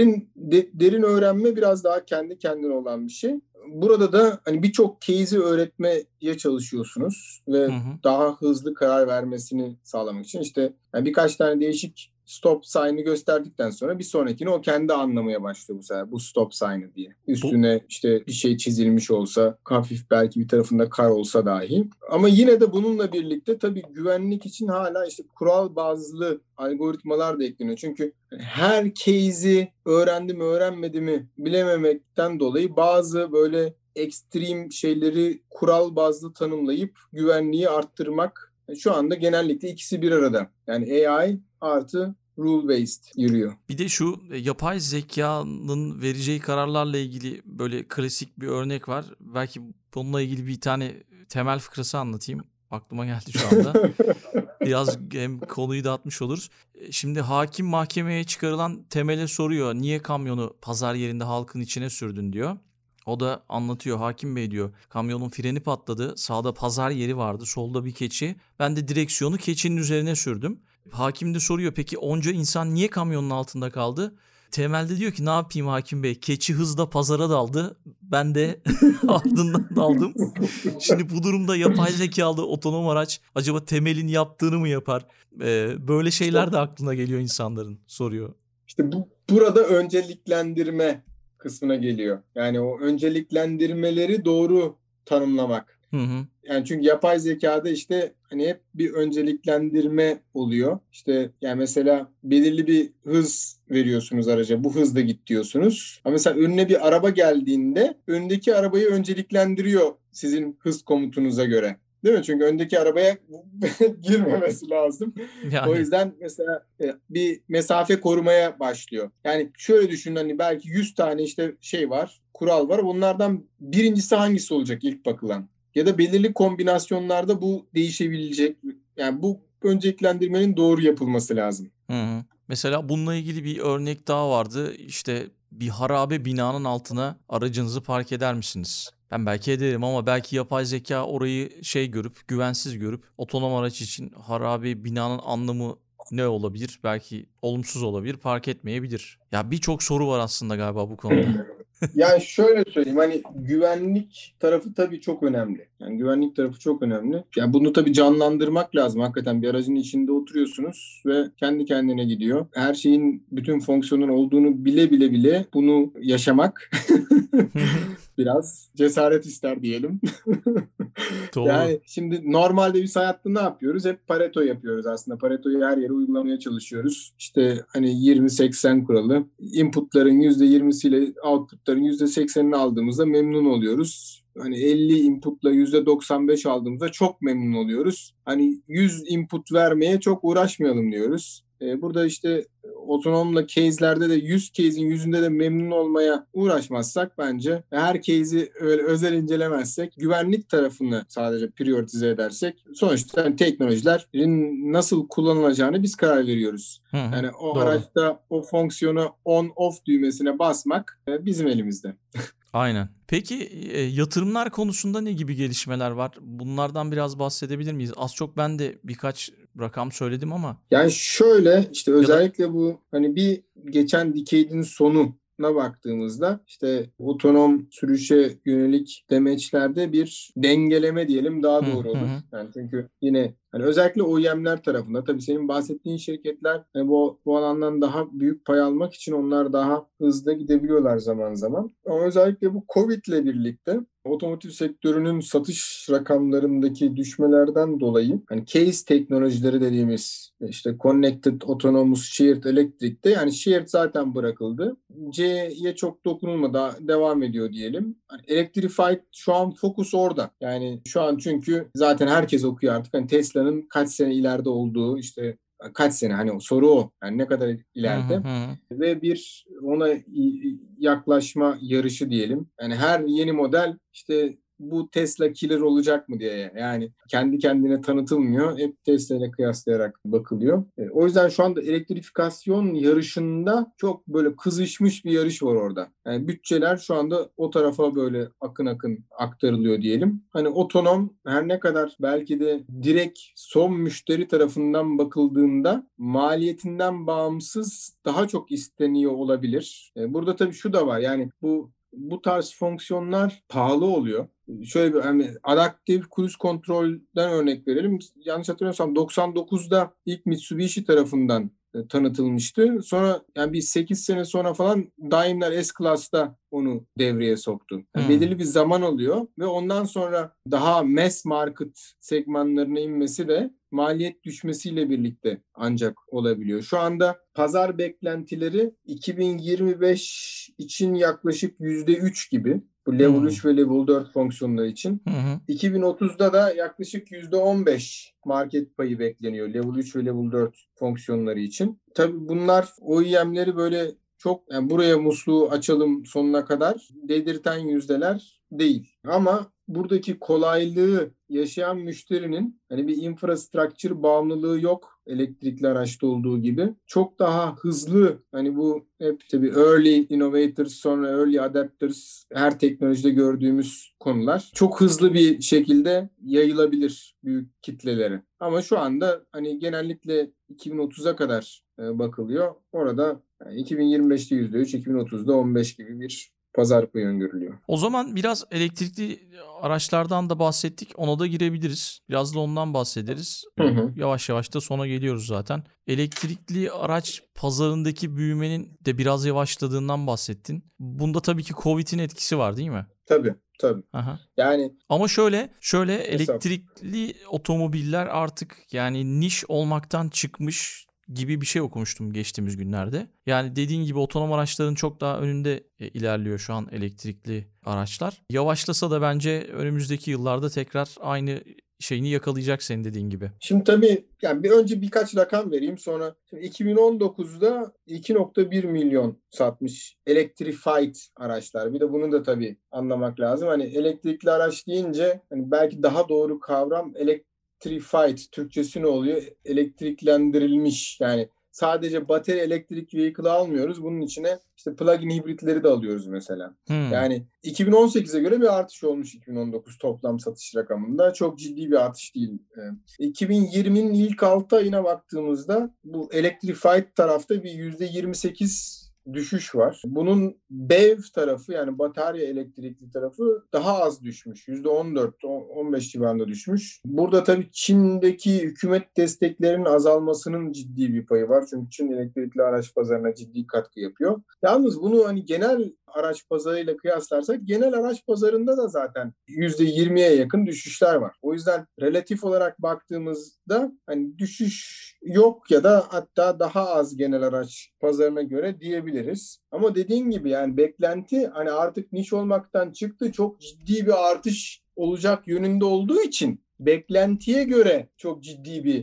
Derin öğrenme biraz daha kendi kendine olan bir şey. Burada da hani birçok case'i öğretmeye çalışıyorsunuz ve daha hızlı karar vermesini sağlamak için işte yani birkaç tane değişik stop sign'ı gösterdikten sonra bir sonrakini o kendi anlamaya başlıyor bu sefer. Bu stop sign'ı diye. Üstüne işte bir şey çizilmiş olsa, hafif belki bir tarafında kar olsa dahi. Ama yine de bununla birlikte tabii güvenlik için hala işte kural bazlı algoritmalar da ekleniyor. Çünkü her case'i öğrendi mi öğrenmedi mi bilememekten dolayı bazı böyle ekstrem şeyleri kural bazlı tanımlayıp güvenliği arttırmak şu anda genellikle ikisi bir arada. Yani AI artı rule-based yürüyor. Bir de şu yapay zekanın vereceği kararlarla ilgili böyle klasik bir örnek var. Belki bununla ilgili bir tane temel fıkrası anlatayım. Aklıma geldi şu anda. Biraz hem konuyu dağıtmış oluruz. Şimdi hakim mahkemeye çıkarılan Temel'e soruyor. Niye kamyonu pazar yerinde halkın içine sürdün diyor. O da anlatıyor. Hakim bey diyor, kamyonun freni patladı. Sağda pazar yeri vardı. Solda bir keçi. Ben de direksiyonu keçinin üzerine sürdüm. Hakim de soruyor, peki onca insan niye kamyonun altında kaldı? Temel de diyor ki ne yapayım hakim bey, keçi hızla pazara daldı. Ben de ardından daldım. Şimdi bu durumda yapay zekalı otonom araç acaba Temel'in yaptığını mı yapar? Böyle şeyler de aklına geliyor insanların, soruyor. İşte burada önceliklendirme kısmına geliyor. Yani o önceliklendirmeleri doğru tanımlamak. Yani çünkü yapay zekada işte hani hep bir önceliklendirme oluyor. İşte yani mesela belirli bir hız veriyorsunuz araca. Bu hızda git diyorsunuz. Ama mesela önüne bir araba geldiğinde öndeki arabayı önceliklendiriyor sizin hız komutunuza göre. Değil mi? Çünkü öndeki arabaya girmemesi lazım. Yani. O yüzden mesela bir mesafe korumaya başlıyor. Yani şöyle düşünün, hani belki 100 tane işte şey var, kural var. Bunlardan birincisi hangisi olacak ilk bakılan? Ya da belirli kombinasyonlarda bu değişebilecek. Yani bu önceliklendirmenin doğru yapılması lazım. Mesela bununla ilgili bir örnek daha vardı. İşte bir harabe binanın altına aracınızı park eder misiniz? Ben belki ederim ama belki yapay zeka orayı güvensiz görüp otonom araç için harabe binanın anlamı ne olabilir? Belki olumsuz olabilir, park etmeyebilir. Ya birçok soru var aslında galiba bu konuda. Yani şöyle söyleyeyim, hani güvenlik tarafı tabii çok önemli. Yani güvenlik tarafı çok önemli. Yani bunu tabii canlandırmak lazım. Hakikaten bir aracın içinde oturuyorsunuz ve kendi kendine gidiyor. Her şeyin, bütün fonksiyonun olduğunu bile bile bile bunu yaşamak biraz cesaret ister diyelim. Doğru. Yani şimdi normalde biz hayatta ne yapıyoruz? Hep Pareto yapıyoruz aslında. Paretoyu her yere uygulamaya çalışıyoruz. İşte hani 20-80 kuralı. Inputların %20'siyle outputların %80'ini aldığımızda memnun oluyoruz. Hani 50 inputla %95 aldığımızda çok memnun oluyoruz. Hani 100 input vermeye çok uğraşmayalım diyoruz. Burada işte otonomla case'lerde de 100 case'in yüzünde de memnun olmaya uğraşmazsak, bence her case'i öyle özel incelemezsek, güvenlik tarafını sadece prioritize edersek, sonuçta yani teknolojilerin nasıl kullanılacağını biz karar veriyoruz. Hı hı. Yani o Doğru. araçta o fonksiyonu on-off düğmesine basmak bizim elimizde. Aynen. Peki yatırımlar konusunda ne gibi gelişmeler var? Bunlardan biraz bahsedebilir miyiz? Az çok ben de birkaç rakam söyledim ama Yani şöyle, işte ya da özellikle bu hani bir geçen decade'in sonuna baktığımızda, işte otonom sürüşe yönelik demeçlerde bir dengeleme diyelim daha hı doğru hı olur. hı. Yani çünkü yine hani özellikle OEM'ler tarafında, tabii senin bahsettiğin şirketler hani bu alandan daha büyük pay almak için onlar daha hızlı gidebiliyorlar zaman zaman. Ama özellikle bu Covid'le birlikte otomotiv sektörünün satış rakamlarındaki düşmelerden dolayı hani case teknolojileri dediğimiz, işte Connected Autonomous Shared Electric'te, yani shared zaten bırakıldı. C'ye çok dokunulmadı, devam ediyor diyelim. Hani Electrified, şu an fokus orada. Yani şu an çünkü zaten herkes okuyor artık. Hani Tesla'nın kaç sene ileride olduğu, işte kaç sene, hani soru o. Yani ne kadar Hı hı ileride hı. ve bir ona yaklaşma yarışı diyelim. Yani her yeni model işte bu Tesla killer olacak mı diye, yani kendi kendine tanıtılmıyor. Hep Tesla ile kıyaslayarak bakılıyor. O yüzden şu anda elektrifikasyon yarışında çok böyle kızışmış bir yarış var orada. Yani bütçeler şu anda o tarafa böyle akın akın aktarılıyor diyelim. Hani otonom her ne kadar belki de direkt son müşteri tarafından bakıldığında maliyetinden bağımsız daha çok isteniyor olabilir. Burada tabii şu da var. Yani bu tarz fonksiyonlar pahalı oluyor. Şöyle bir hani adaptif cruise kontrolden örnek verelim. Yanlış hatırlamıyorsam 99'da ilk Mitsubishi tarafından tanıtılmıştı. Sonra yani bir 8 sene sonra falan Daimler S-Class'ta onu devreye soktu. Yani Hı. belirli bir zaman alıyor ve ondan sonra daha mass market segmentlerine inmesi de maliyet düşmesiyle birlikte ancak olabiliyor. Şu anda pazar beklentileri 2025 için yaklaşık %3 gibi. Bu Level Hı. 3 ve Level 4 fonksiyonları için. Hı hı. 2030'da da yaklaşık %15 market payı bekleniyor Level 3 ve Level 4 fonksiyonları için. Tabii bunlar OEM'leri böyle çok, yani buraya musluğu açalım sonuna kadar dedirten yüzdeler değil. Ama buradaki kolaylığı yaşayan müşterinin hani bir infrastructure bağımlılığı yok, elektrikli araçta olduğu gibi. Çok daha hızlı, hani bu hep tabii early innovators sonra early adapters, her teknolojide gördüğümüz konular. Çok hızlı bir şekilde yayılabilir büyük kitlelere. Ama şu anda hani genellikle 2030'a kadar bakılıyor. Orada yani 2025'te %3, 2030'da 15 gibi bir pazar payı öngörülüyor. O zaman biraz elektrikli araçlardan da bahsettik. Ona da girebiliriz. Biraz da ondan bahsederiz. Hı hı. Yavaş yavaş da sona geliyoruz zaten. Elektrikli araç pazarındaki büyümenin de biraz yavaşladığından bahsettin. Bunda tabii ki Covid'in etkisi var değil mi? Tabii, tabii. Aha. Yani Ama şöyle mesela elektrikli otomobiller artık yani niş olmaktan çıkmış gibi bir şey okumuştum geçtiğimiz günlerde. Yani dediğin gibi otonom araçların çok daha önünde ilerliyor şu an elektrikli araçlar. Yavaşlasa da bence önümüzdeki yıllarda tekrar aynı şeyini yakalayacak senin dediğin gibi. şimdi tabii, yani bir önce birkaç rakam vereyim, sonra şimdi 2019'da 2,1 milyon satmış electrified araçlar. Bir de bunu da tabii anlamak lazım. Hani elektrikli araç deyince hani belki daha doğru kavram electrified, Türkçesi ne oluyor? Elektriklendirilmiş. Yani sadece bateri elektrik vehicle almıyoruz. Bunun içine işte plug-in hibritleri de alıyoruz mesela. Hmm. Yani 2018'e göre bir artış olmuş 2019 toplam satış rakamında. Çok ciddi bir artış değil. 2020'nin ilk 6 ayına baktığımızda bu electrified tarafta bir %28 düşüş var. Bunun BEV tarafı, yani batarya elektrikli tarafı daha az düşmüş. %14-15 civarında düşmüş. Burada tabii Çin'deki hükümet desteklerinin azalmasının ciddi bir payı var. Çünkü Çin elektrikli araç pazarına ciddi katkı yapıyor. Yalnız bunu hani genel araç pazarıyla kıyaslarsak genel araç pazarında da zaten %20'ye yakın düşüşler var. O yüzden relatif olarak baktığımızda hani düşüş yok ya da hatta daha az genel araç pazarına göre diyebiliriz. Ama dediğin gibi yani beklenti hani artık niş olmaktan çıktı, çok ciddi bir artış olacak yönünde olduğu için beklentiye göre çok ciddi bir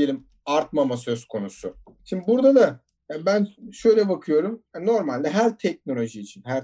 artmama söz konusu. Şimdi burada da yani ben şöyle bakıyorum. Yani normalde her teknoloji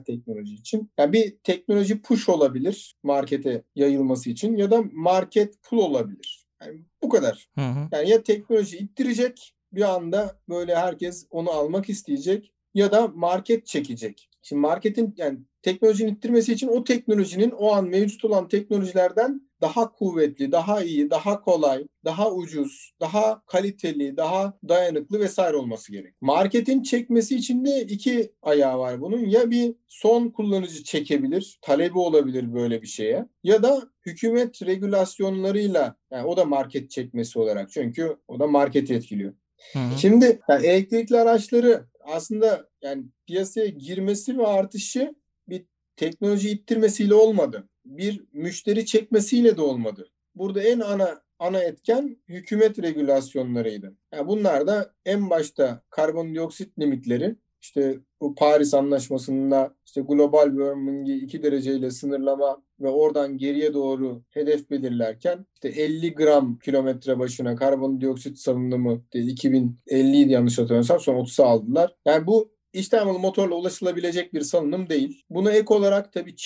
için yani bir teknoloji push olabilir markete yayılması için ya da market pull olabilir. Yani bu kadar. Hı hı. Yani ya teknoloji ittirecek, bir anda böyle herkes onu almak isteyecek ya da market çekecek. Şimdi marketin yani teknolojinin ittirmesi için o teknolojinin o an mevcut olan teknolojilerden daha kuvvetli, daha iyi, daha kolay, daha ucuz, daha kaliteli, daha dayanıklı vesaire olması gerek. Marketin çekmesi için de iki ayağı var bunun. Ya bir son kullanıcı çekebilir, talebi olabilir böyle bir şeye. Ya da hükümet regülasyonlarıyla, yani o da market çekmesi olarak. Çünkü o da marketi etkiliyor. Hı hı. Şimdi yani elektrikli araçları aslında yani piyasaya girmesi ve artışı bir teknoloji ittirmesiyle olmadı. Bir müşteri çekmesiyle de olmadı. Burada en ana etken hükümet regülasyonlarıydı. Yani bunlar da en başta karbondioksit limitleri, işte bu Paris Anlaşması'nda işte global warming'i 2 dereceyle sınırlama ve oradan geriye doğru hedef belirlerken işte 50 gram kilometre başına karbondioksit salınımı 2050'ydi yanlış hatırlamıyorsam, sonra 30'a aldılar. Yani bu İç dağılmalı motorla ulaşılabilecek bir salınım değil. Buna ek olarak tabii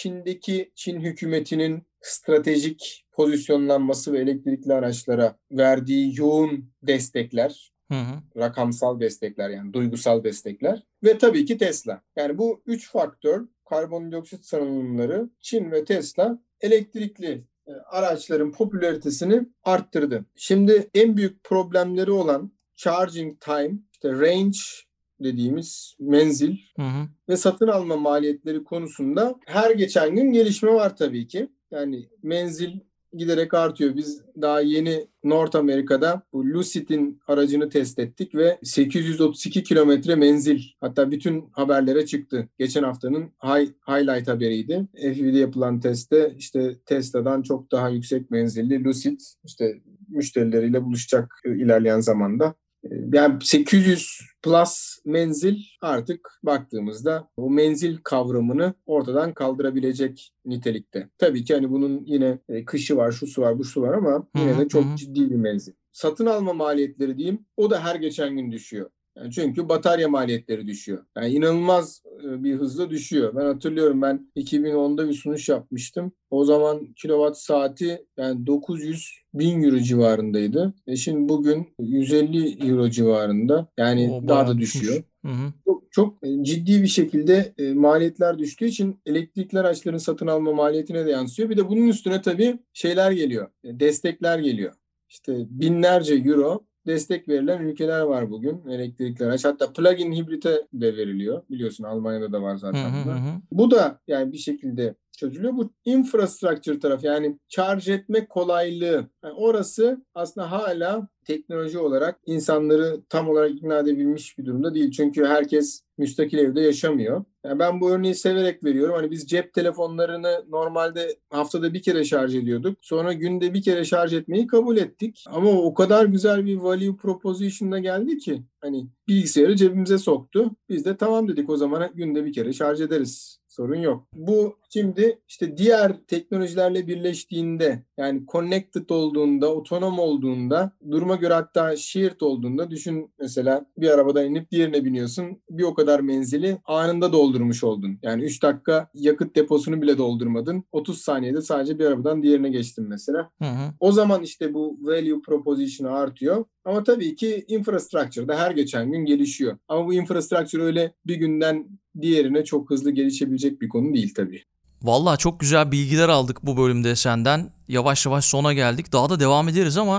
Çin hükümetinin stratejik pozisyonlanması ve elektrikli araçlara verdiği yoğun destekler, Hı hı. rakamsal destekler, yani duygusal destekler ve tabii ki Tesla. Yani bu üç faktör, karbondioksit salınımları, Çin ve Tesla elektrikli araçların popülaritesini arttırdı. Şimdi en büyük problemleri olan charging time, işte range dediğimiz menzil Hı hı. ve satın alma maliyetleri konusunda her geçen gün gelişme var tabii ki. Yani menzil giderek artıyor. Biz daha yeni North Amerika'da bu Lucid'in aracını test ettik ve 832 kilometre menzil. Hatta bütün haberlere çıktı. Geçen haftanın highlight haberiydi. FV'de yapılan testte işte Tesla'dan çok daha yüksek menzilli Lucid işte müşterileriyle buluşacak ilerleyen zamanda. Yani 800 plus menzil artık baktığımızda o menzil kavramını ortadan kaldırabilecek nitelikte. Tabii ki hani bunun yine kışı var, şusu var, busu var ama yine de çok ciddi bir menzil. Satın alma maliyetleri diyeyim, o da her geçen gün düşüyor. Yani çünkü batarya maliyetleri düşüyor. Yani inanılmaz bir hızla düşüyor. Ben hatırlıyorum, ben 2010'da bir sunuş yapmıştım. O zaman kilowatt saati yani 900.000 euro civarındaydı. Şimdi bugün 150 euro civarında. Yani O daha da bayağı düşüyor. düşmüş. Hı hı. Çok ciddi bir şekilde maliyetler düştüğü için elektrikli araçların satın alma maliyetine de yansıyor. Bir de bunun üstüne tabii şeyler geliyor. Destekler geliyor. İşte binlerce euro destek verilen ülkeler var bugün elektrikli araç. Hatta plug-in hibrite de veriliyor. Biliyorsun Almanya'da da var Hı zaten hı bunlar. hı. Bu da yani bir şekilde çözülüyor. Bu infrastructure tarafı, yani charge etme kolaylığı. Yani orası aslında hala teknoloji olarak insanları tam olarak ikna edebilmiş bir durumda değil. Çünkü herkes müstakil evde yaşamıyor. Yani ben bu örneği severek veriyorum. Hani biz cep telefonlarını normalde haftada bir kere şarj ediyorduk. Sonra günde bir kere şarj etmeyi kabul ettik. Ama o kadar güzel bir value proposition'da geldi ki hani bilgisayarı cebimize soktu. Biz de tamam dedik, o zaman günde bir kere şarj ederiz. Sorun yok. Bu şimdi işte diğer teknolojilerle birleştiğinde, yani connected olduğunda, otonom olduğunda, duruma göre hatta shared olduğunda, düşün mesela bir arabadan inip diğerine biniyorsun. Bir o kadar menzili anında doldurmuş oldun. Yani 3 dakika yakıt deposunu bile doldurmadın. 30 saniyede sadece bir arabadan diğerine geçtin mesela. Hı hı. O zaman işte bu value proposition'ı artıyor. Ama tabii ki infrastructure da her geçen gün gelişiyor. Ama bu infrastructure öyle bir günden diğerine çok hızlı gelişebilecek bir konu değil tabii. Vallahi çok güzel bilgiler aldık bu bölümde senden. Yavaş yavaş sona geldik. Daha da devam ederiz ama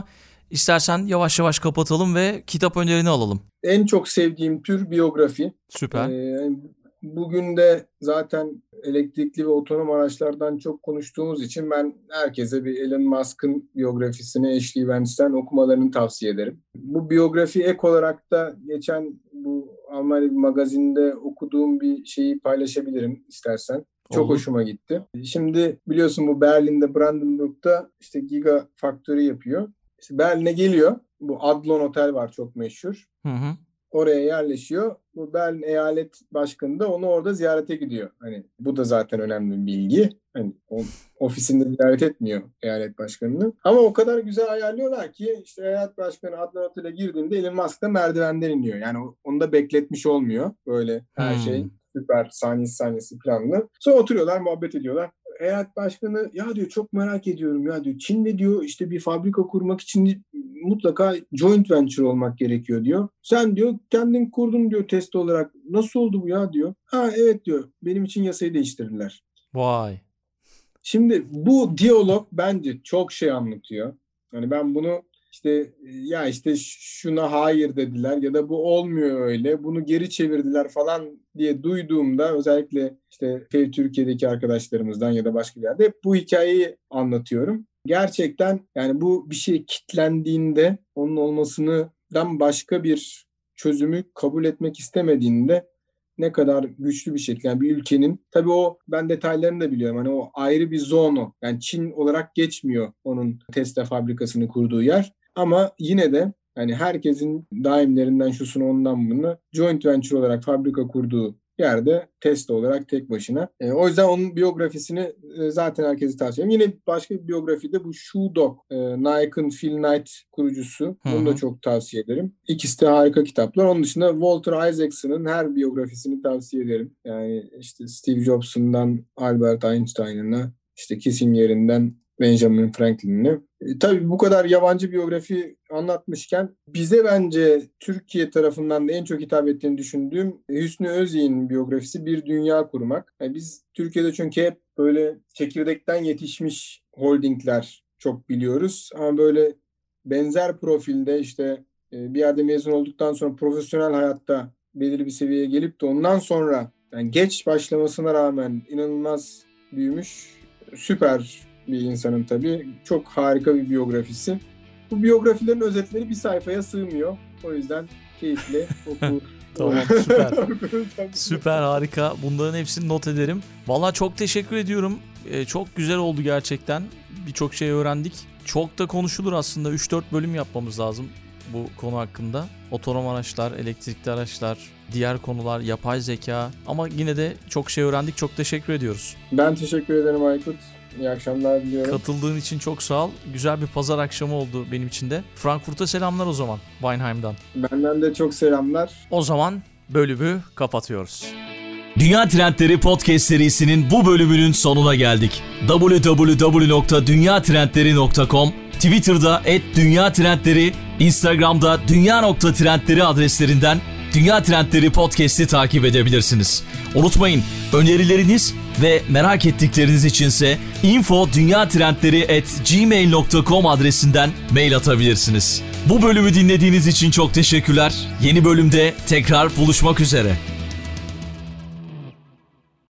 İstersen yavaş yavaş kapatalım ve kitap önerini alalım. En çok sevdiğim tür biyografi. Süper. Bugün de zaten elektrikli ve otonom araçlardan çok konuştuğumuz için ben herkese bir Elon Musk'ın biyografisini Ashley Vance'den okumalarını tavsiye ederim. Bu biyografi ek olarak da geçen bu Almanya bir magazinde okuduğum bir şeyi paylaşabilirim istersen. Çok Olur. hoşuma gitti. Şimdi biliyorsun bu Berlin'de Brandenburg'da işte Gigafactory yapıyor. İşte Berlin'e geliyor. Bu Adlon Otel var çok meşhur. Hı hı. Oraya yerleşiyor. Bu Berlin Eyalet Başkanı da onu orada ziyarete gidiyor. Hani bu da zaten önemli bir bilgi. Hani ofisinde ziyaret etmiyor eyalet başkanını. Ama o kadar güzel ayarlıyorlar ki işte eyalet başkanı Adnan Otel'e girdiğinde Elon Musk da merdivenden iniyor. Yani onu da bekletmiş olmuyor. Böyle her şey süper saniyesi planlı. Sonra oturuyorlar, muhabbet ediyorlar. Eyalet başkanı ya diyor çok merak ediyorum ya diyor. Çin'de diyor işte bir fabrika kurmak için mutlaka joint venture olmak gerekiyor diyor. Sen diyor kendin kurdun diyor test olarak. Nasıl oldu bu ya diyor. Ha evet diyor. Benim için yasayı değiştirdiler. Vay. Şimdi bu diyalog bence çok şey anlatıyor. Hani ben bunu işte ya işte şuna hayır dediler ya da bu olmuyor öyle. Bunu geri çevirdiler falan diye duyduğumda özellikle işte Türkiye'deki arkadaşlarımızdan ya da başka bir yerde hep bu hikayeyi anlatıyorum. Gerçekten yani bu bir şey kitlendiğinde onun olmasından başka bir çözümü kabul etmek istemediğinde ne kadar güçlü bir şekilde yani bir ülkenin tabii o ben detaylarını da biliyorum hani o ayrı bir zonu yani Çin olarak geçmiyor onun Tesla fabrikasını kurduğu yer ama yine de hani herkesin daimlerinden şusunu ondan bunu joint venture olarak fabrika kurduğu yerde Tesla olarak tek başına. O yüzden onun biyografisini zaten herkese tavsiye ederim. Yine başka bir biyografi de bu Shoe Dog. Nike'ın Phil Knight kurucusu. Bunu da çok tavsiye ederim. İkisi de harika kitaplar. Onun dışında Walter Isaacson'ın her biyografisini tavsiye ederim. Yani işte Steve Jobs'undan Albert Einstein'ına işte Kissinger'inden Benjamin Franklin'ine. Tabii bu kadar yabancı biyografi anlatmışken bize bence Türkiye tarafından da en çok hitap ettiğini düşündüğüm Hüsnü Özyiğit'in biyografisi Bir Dünya Kurmak. Yani biz Türkiye'de çünkü hep böyle çekirdekten yetişmiş holdingler çok biliyoruz. Ama böyle benzer profilde işte bir yerde mezun olduktan sonra profesyonel hayatta belirli bir seviyeye gelip de ondan sonra yani geç başlamasına rağmen inanılmaz büyümüş, süper bir insanın tabii. Çok harika bir biyografisi. Bu biyografilerin özetleri bir sayfaya sığmıyor. O yüzden keyifle oku. Tamam süper. Süper harika. Bunların hepsini not ederim. Vallahi çok teşekkür ediyorum. Çok güzel oldu gerçekten. Birçok şey öğrendik. Çok da konuşulur aslında. 3-4 bölüm yapmamız lazım bu konu hakkında. Otonom araçlar, elektrikli araçlar, diğer konular, yapay zeka. Ama yine de çok şey öğrendik. Çok teşekkür ediyoruz. Ben teşekkür ederim Aykut. İyi akşamlar diliyorum. Katıldığın için çok sağ ol. Güzel bir pazar akşamı oldu benim için de. Frankfurt'a selamlar o zaman Weinheim'dan. Benden de çok selamlar. O zaman bölümü kapatıyoruz. Dünya Trendleri Podcast serisinin bu bölümünün sonuna geldik. www.dünyatrendleri.com, Twitter'da @dünyatrendleri, Instagram'da dünya.trendleri adreslerinden Dünya Trendleri Podcast'i takip edebilirsiniz. Unutmayın, önerileriniz ve merak ettikleriniz içinse info@dünyatrendleri@gmail.com adresinden mail atabilirsiniz. Bu bölümü dinlediğiniz için çok teşekkürler. Yeni bölümde tekrar buluşmak üzere.